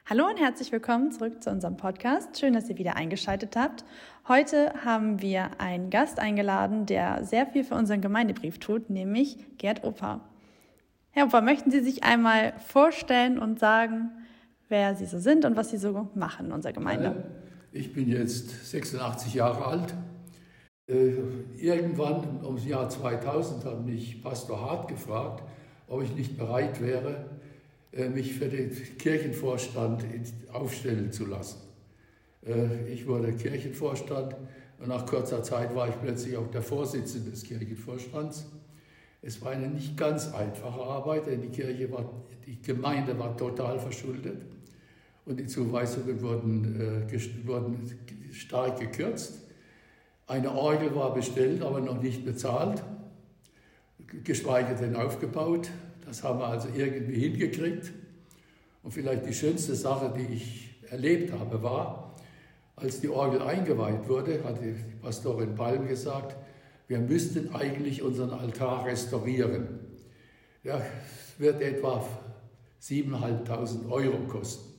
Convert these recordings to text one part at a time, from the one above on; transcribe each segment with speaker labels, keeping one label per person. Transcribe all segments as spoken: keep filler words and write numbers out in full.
Speaker 1: Hallo und herzlich willkommen zurück zu unserem Podcast. Schön, dass ihr wieder eingeschaltet habt. Heute haben wir einen Gast eingeladen, der sehr viel für unseren Gemeindebrief tut, nämlich Gerd Opa. Herr Opa, möchten Sie sich einmal vorstellen und sagen, wer Sie so sind und was Sie so machen in unserer Gemeinde?
Speaker 2: Ich bin jetzt sechsundachtzig Jahre alt. Irgendwann ums Jahr zweitausend hat mich Pastor Hart gefragt, ob ich nicht bereit wäre, mich für den Kirchenvorstand aufstellen zu lassen. Ich wurde Kirchenvorstand und nach kurzer Zeit war ich plötzlich auch der Vorsitzende des Kirchenvorstands. Es war eine nicht ganz einfache Arbeit, denn die Kirche war, die Gemeinde war total verschuldet und die Zuweisungen wurden, äh, wurden stark gekürzt. Eine Orgel war bestellt, aber noch nicht bezahlt, geschweige denn aufgebaut. Das haben wir also irgendwie hingekriegt. Und vielleicht die schönste Sache, die ich erlebt habe, war, als die Orgel eingeweiht wurde, hat die Pastorin Palm gesagt, wir müssten eigentlich unseren Altar restaurieren. Ja, es wird etwa siebentausendfünfhundert Euro kosten.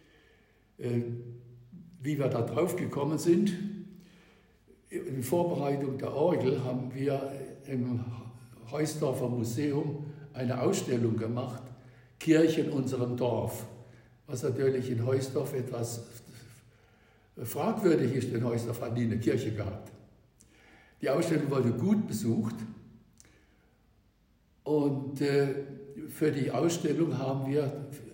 Speaker 2: Wie wir da drauf gekommen sind, in Vorbereitung der Orgel haben wir im Heusdorfer Museum eine Ausstellung gemacht, Kirche in unserem Dorf, was natürlich in Heusdorf etwas fragwürdig ist, denn Heusdorf hat nie eine Kirche gehabt. Die Ausstellung wurde gut besucht und äh, für die Ausstellung haben wir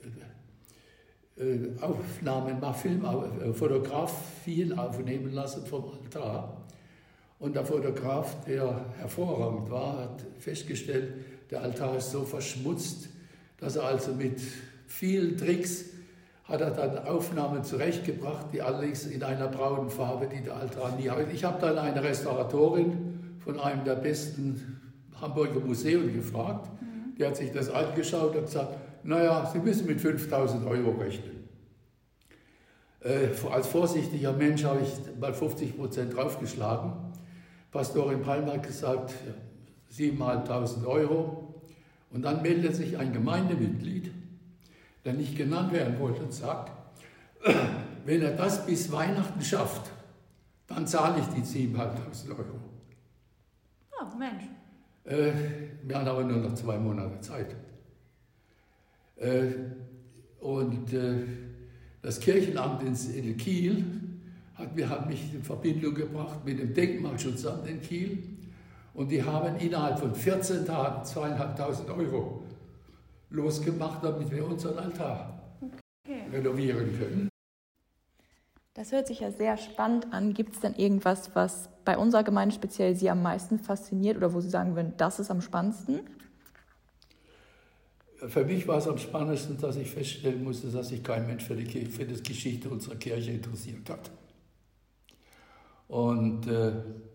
Speaker 2: äh, Aufnahmen, mal Film, äh, Fotografien aufnehmen lassen vom Altar. Und der Fotograf, der hervorragend war, hat festgestellt, der Altar ist so verschmutzt, dass er also mit vielen Tricks hat er dann Aufnahmen zurechtgebracht, die allerdings in einer braunen Farbe, die der Altar nie hat. Ich habe dann eine Restauratorin von einem der besten Hamburger Museen gefragt, mhm. Die hat sich das angeschaut und gesagt, naja, Sie müssen mit fünftausend Euro rechnen. Äh, als vorsichtiger Mensch habe ich mal fünfzig Prozent draufgeschlagen. Pastorin Palm hat gesagt, siebentausendfünfhundert Euro. Und dann meldet sich ein Gemeindemitglied, der nicht genannt werden wollte, und sagt, wenn er das bis Weihnachten schafft, dann zahle ich die siebentausendfünfhundert Euro.
Speaker 1: Oh, Mensch.
Speaker 2: Äh, wir haben aber nur noch zwei Monate Zeit. Äh, und äh, das Kirchenamt in, in Kiel hat, hat mich in Verbindung gebracht mit dem Denkmalschutzamt in Kiel. Und die haben innerhalb von vierzehn Tagen zweieinhalbtausend Euro losgemacht, damit wir unseren Altar okay. renovieren können.
Speaker 3: Das hört sich ja sehr spannend an. Gibt es denn irgendwas, was bei unserer Gemeinde speziell Sie am meisten fasziniert oder wo Sie sagen würden, das ist am spannendsten?
Speaker 2: Für mich war es am spannendsten, dass ich feststellen musste, dass sich kein Mensch für die, für die Geschichte unserer Kirche interessiert hat. Und äh,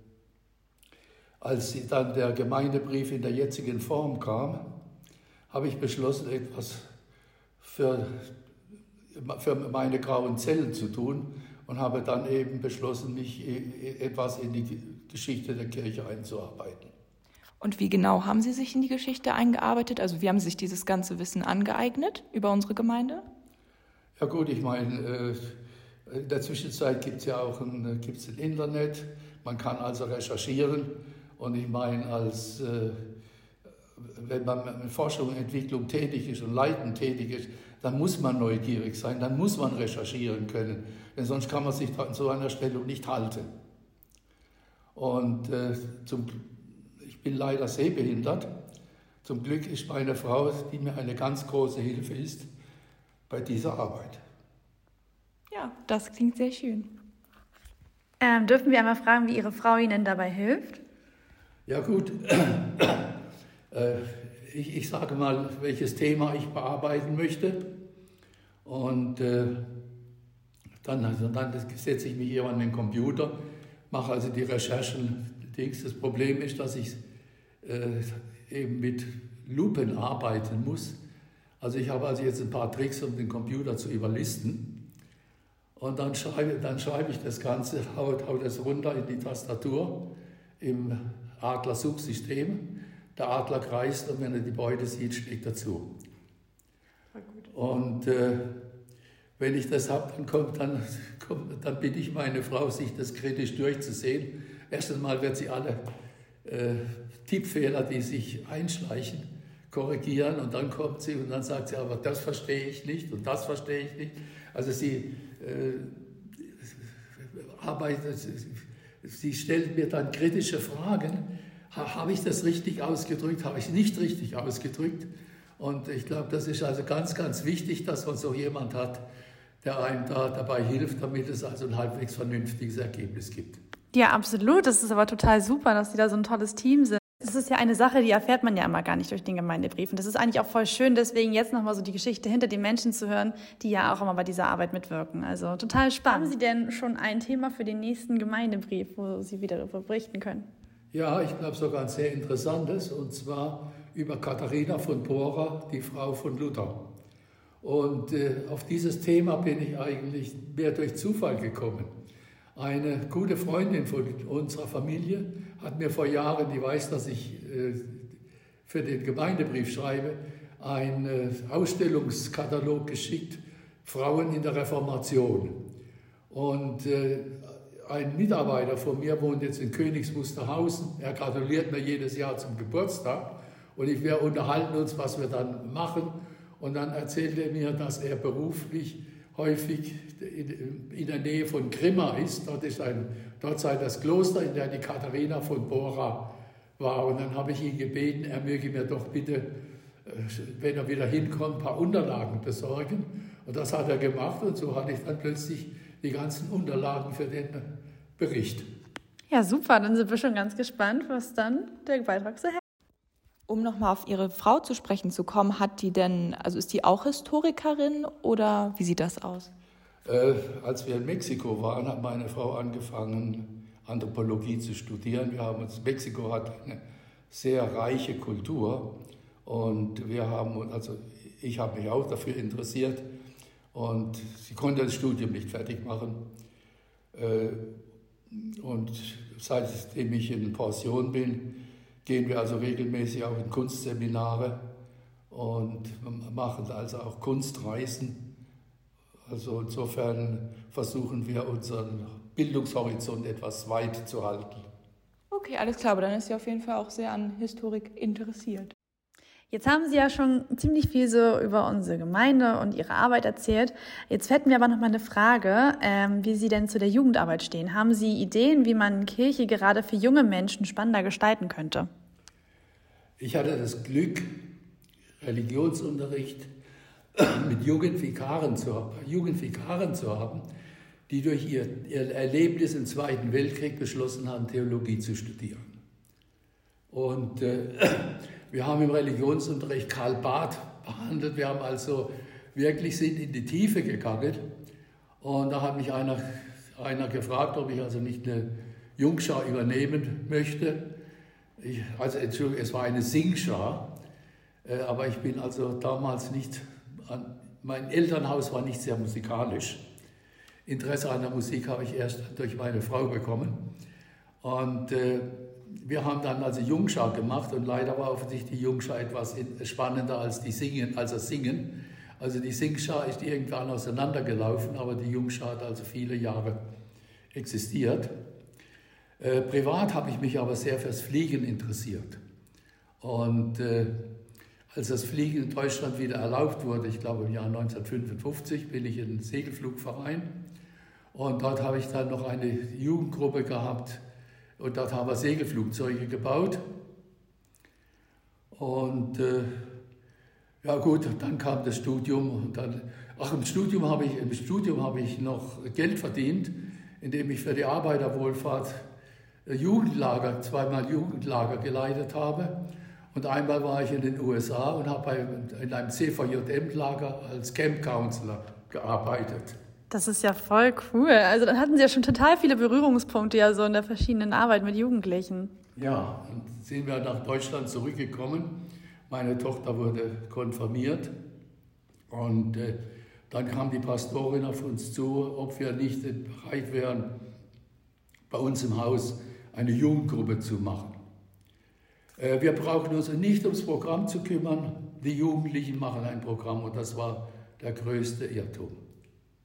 Speaker 2: als dann der Gemeindebrief in der jetzigen Form kam, habe ich beschlossen, etwas für, für meine grauen Zellen zu tun und habe dann eben beschlossen, mich etwas in die Geschichte der Kirche einzuarbeiten.
Speaker 3: Und wie genau haben Sie sich in die Geschichte eingearbeitet? Also wie haben Sie sich dieses ganze Wissen angeeignet über unsere Gemeinde?
Speaker 2: Ja gut, ich meine, in der Zwischenzeit gibt es ja auch ein, gibt's ein Internet, man kann also recherchieren. Und ich meine, als, äh, wenn man in Forschung und Entwicklung tätig ist und leitend tätig ist, dann muss man neugierig sein, dann muss man recherchieren können, denn sonst kann man sich an so einer Stellung nicht halten. Und äh, zum, ich bin leider sehbehindert. Zum Glück ist meine Frau, die mir eine ganz große Hilfe ist, bei dieser Arbeit.
Speaker 3: Ja, das klingt sehr schön.
Speaker 1: Ähm, dürfen wir einmal fragen, wie Ihre Frau Ihnen dabei hilft?
Speaker 2: Ja gut, ich, ich sage mal, welches Thema ich bearbeiten möchte und äh, dann, also dann setze ich mich hier an den Computer, mache also die Recherchen. Das Problem ist, dass ich äh, eben mit Lupen arbeiten muss. Also ich habe also jetzt ein paar Tricks, um den Computer zu überlisten und dann schreibe, dann schreibe ich das Ganze, hau, hau das runter in die Tastatur im Adler-Suchsystem. Der Adler kreist und wenn er die Beute sieht, schlägt er zu. Und äh, wenn ich das habe, dann, kommt, dann, kommt, dann bitte ich meine Frau, sich das kritisch durchzusehen. Erst einmal wird sie alle äh, Tippfehler, die sich einschleichen, korrigieren und dann kommt sie und dann sagt sie, aber das verstehe ich nicht und das verstehe ich nicht. Also sie äh, arbeitet, sie stellt mir dann kritische Fragen. Ha, habe ich das richtig ausgedrückt? Habe ich nicht richtig ausgedrückt? Und ich glaube, das ist also ganz, ganz wichtig, dass man so jemand hat, der einem da dabei hilft, damit es also ein halbwegs vernünftiges Ergebnis gibt.
Speaker 1: Ja, absolut. Das ist aber total super, dass Sie da so ein tolles Team sind. Das ist ja eine Sache, die erfährt man ja immer gar nicht durch den Gemeindebrief. Und das ist eigentlich auch voll schön, deswegen jetzt nochmal so die Geschichte hinter den Menschen zu hören, die ja auch immer bei dieser Arbeit mitwirken. Also total spannend. Haben Sie denn schon ein Thema für den nächsten Gemeindebrief, wo Sie wieder darüber berichten können?
Speaker 2: Ja, ich glaube sogar ein sehr interessantes, und zwar über Katharina von Bora, die Frau von Luther. Und äh, auf dieses Thema bin ich eigentlich mehr durch Zufall gekommen. Eine gute Freundin von unserer Familie hat mir vor Jahren, die weiß, dass ich äh, für den Gemeindebrief schreibe, einen äh, Ausstellungskatalog geschickt, Frauen in der Reformation. Und äh, ein Mitarbeiter von mir wohnt jetzt in Königs Wusterhausen. Er gratuliert mir jedes Jahr zum Geburtstag und ich, wir unterhalten uns, was wir dann machen. Und dann erzählt er mir, dass er beruflich häufig in, in der Nähe von Grimma ist. Dort, ist ein, dort sei das Kloster, in der die Katharina von Bora war. Und dann habe ich ihn gebeten, er möge mir doch bitte, wenn er wieder hinkommt, ein paar Unterlagen besorgen. Und das hat er gemacht und so hatte ich dann plötzlich die ganzen Unterlagen für den Bericht.
Speaker 1: Ja, super. Dann sind wir schon ganz gespannt, was dann der Beitrag so hält.
Speaker 3: Um nochmal auf Ihre Frau zu sprechen zu kommen, hat die denn, also ist die auch Historikerin oder wie sieht das aus?
Speaker 2: Äh, als wir in Mexiko waren, hat meine Frau angefangen, Anthropologie zu studieren. Wir haben uns, Mexiko hat eine sehr reiche Kultur und wir haben, also ich habe mich auch dafür interessiert und sie konnte das Studium nicht fertig machen. Äh, und seitdem ich in Pension bin, gehen wir also regelmäßig auch in Kunstseminare und machen also auch Kunstreisen. Also insofern versuchen wir unseren Bildungshorizont etwas weit zu halten.
Speaker 3: Okay, alles klar, aber dann ist sie auf jeden Fall auch sehr an Historik interessiert.
Speaker 1: Jetzt haben Sie ja schon ziemlich viel so über unsere Gemeinde und Ihre Arbeit erzählt. Jetzt hätten wir aber noch mal eine Frage, ähm, wie Sie denn zu der Jugendarbeit stehen. Haben Sie Ideen, wie man Kirche gerade für junge Menschen spannender gestalten könnte?
Speaker 2: Ich hatte das Glück, Religionsunterricht mit Jugendvikaren zu, Jugendvikaren zu haben, die durch ihr, ihr Erlebnis im Zweiten Weltkrieg beschlossen haben, Theologie zu studieren. Und äh, wir haben im Religionsunterricht Karl Barth behandelt. Wir haben also wirklich sind in die Tiefe gegangen. Und da hat mich einer, einer gefragt, ob ich also nicht eine Jungschar übernehmen möchte. Ich, also Entschuldigung, es war eine Singschar, äh, aber ich bin also damals nicht, an, mein Elternhaus war nicht sehr musikalisch. Interesse an der Musik habe ich erst durch meine Frau bekommen. Und äh, wir haben dann also Jungschar gemacht und leider war offensichtlich die Jungschar etwas spannender als, die Singen, als das Singen. Also die Singschar ist irgendwann auseinandergelaufen, aber die Jungschar hat also viele Jahre existiert. Äh, privat habe ich mich aber sehr fürs Fliegen interessiert. Und äh, als das Fliegen in Deutschland wieder erlaubt wurde, ich glaube im Jahr neunzehnhundertfünfundfünfzig, bin ich in einen Segelflugverein. Und dort habe ich dann noch eine Jugendgruppe gehabt und dort haben wir Segelflugzeuge gebaut. Und äh, ja gut, dann kam das Studium. Und dann, ach, im Studium habe ich, im Studium habe ich noch Geld verdient, indem ich für die Arbeiterwohlfahrt Jugendlager, zweimal Jugendlager geleitet habe. Und einmal war ich in den U S A und habe in einem C V J M-Lager als Camp Counselor gearbeitet.
Speaker 1: Das ist ja voll cool. Also dann hatten Sie ja schon total viele Berührungspunkte ja so in der verschiedenen Arbeit mit Jugendlichen.
Speaker 2: Ja, dann sind wir nach Deutschland zurückgekommen. Meine Tochter wurde konfirmiert und äh, dann kam die Pastorin auf uns zu, ob wir nicht bereit wären, bei uns im Haus eine Jugendgruppe zu machen. Äh, wir brauchen uns nicht ums Programm zu kümmern. Die Jugendlichen machen ein Programm und das war der größte Irrtum.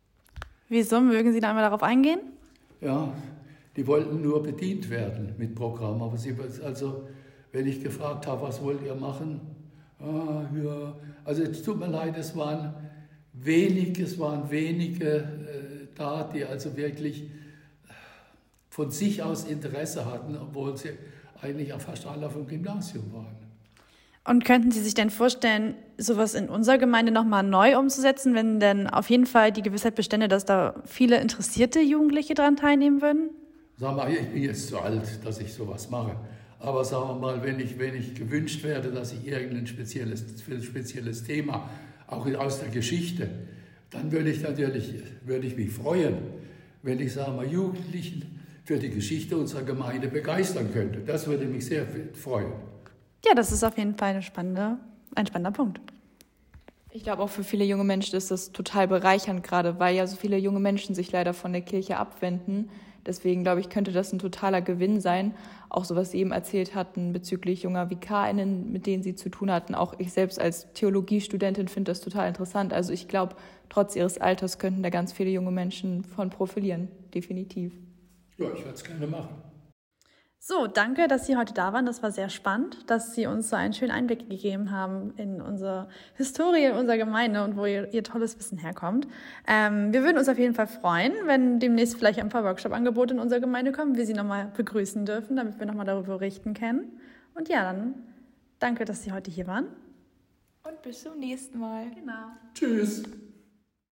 Speaker 1: Wieso? Mögen Sie da einmal darauf eingehen?
Speaker 2: Ja, die wollten nur bedient werden mit Programm. Aber sie, also, wenn ich gefragt habe, was wollt ihr machen? Ah, ja. Also es tut mir leid, es waren wenig, es waren wenige äh, da, die also wirklich von sich aus Interesse hatten, obwohl sie eigentlich fast alle auf dem Gymnasium waren.
Speaker 1: Und könnten Sie sich denn vorstellen, sowas in unserer Gemeinde nochmal neu umzusetzen, wenn denn auf jeden Fall die Gewissheit bestände, dass da viele interessierte Jugendliche daran teilnehmen würden?
Speaker 2: Sagen wir mal, ich bin jetzt zu alt, dass ich sowas mache. Aber sagen wir mal, wenn ich, wenn ich gewünscht werde, dass ich irgendein spezielles, ein spezielles Thema, auch aus der Geschichte, dann würde ich natürlich würde ich mich freuen, wenn ich, sagen wir, Jugendlichen für die Geschichte unserer Gemeinde begeistern könnte. Das würde mich sehr freuen.
Speaker 1: Ja, das ist auf jeden Fall eine spannende, ein spannender Punkt.
Speaker 3: Ich glaube, auch für viele junge Menschen ist das total bereichernd gerade, weil ja so viele junge Menschen sich leider von der Kirche abwenden. Deswegen, glaube ich, könnte das ein totaler Gewinn sein. Auch so, was Sie eben erzählt hatten bezüglich junger VikarInnen, mit denen Sie zu tun hatten. Auch ich selbst als Theologiestudentin finde das total interessant. Also ich glaube, trotz ihres Alters könnten da ganz viele junge Menschen von profitieren, definitiv.
Speaker 2: Ja, ich werde es gerne machen.
Speaker 1: So, danke, dass Sie heute da waren. Das war sehr spannend, dass Sie uns so einen schönen Einblick gegeben haben in unsere Historie, in unserer Gemeinde und wo Ihr, ihr tolles Wissen herkommt. Ähm, wir würden uns auf jeden Fall freuen, wenn demnächst vielleicht ein paar Workshop-Angebote in unserer Gemeinde kommen, wir Sie nochmal begrüßen dürfen, damit wir nochmal darüber berichten können. Und ja, dann danke, dass Sie heute hier waren.
Speaker 3: Und bis zum nächsten Mal.
Speaker 1: Genau.
Speaker 2: Tschüss.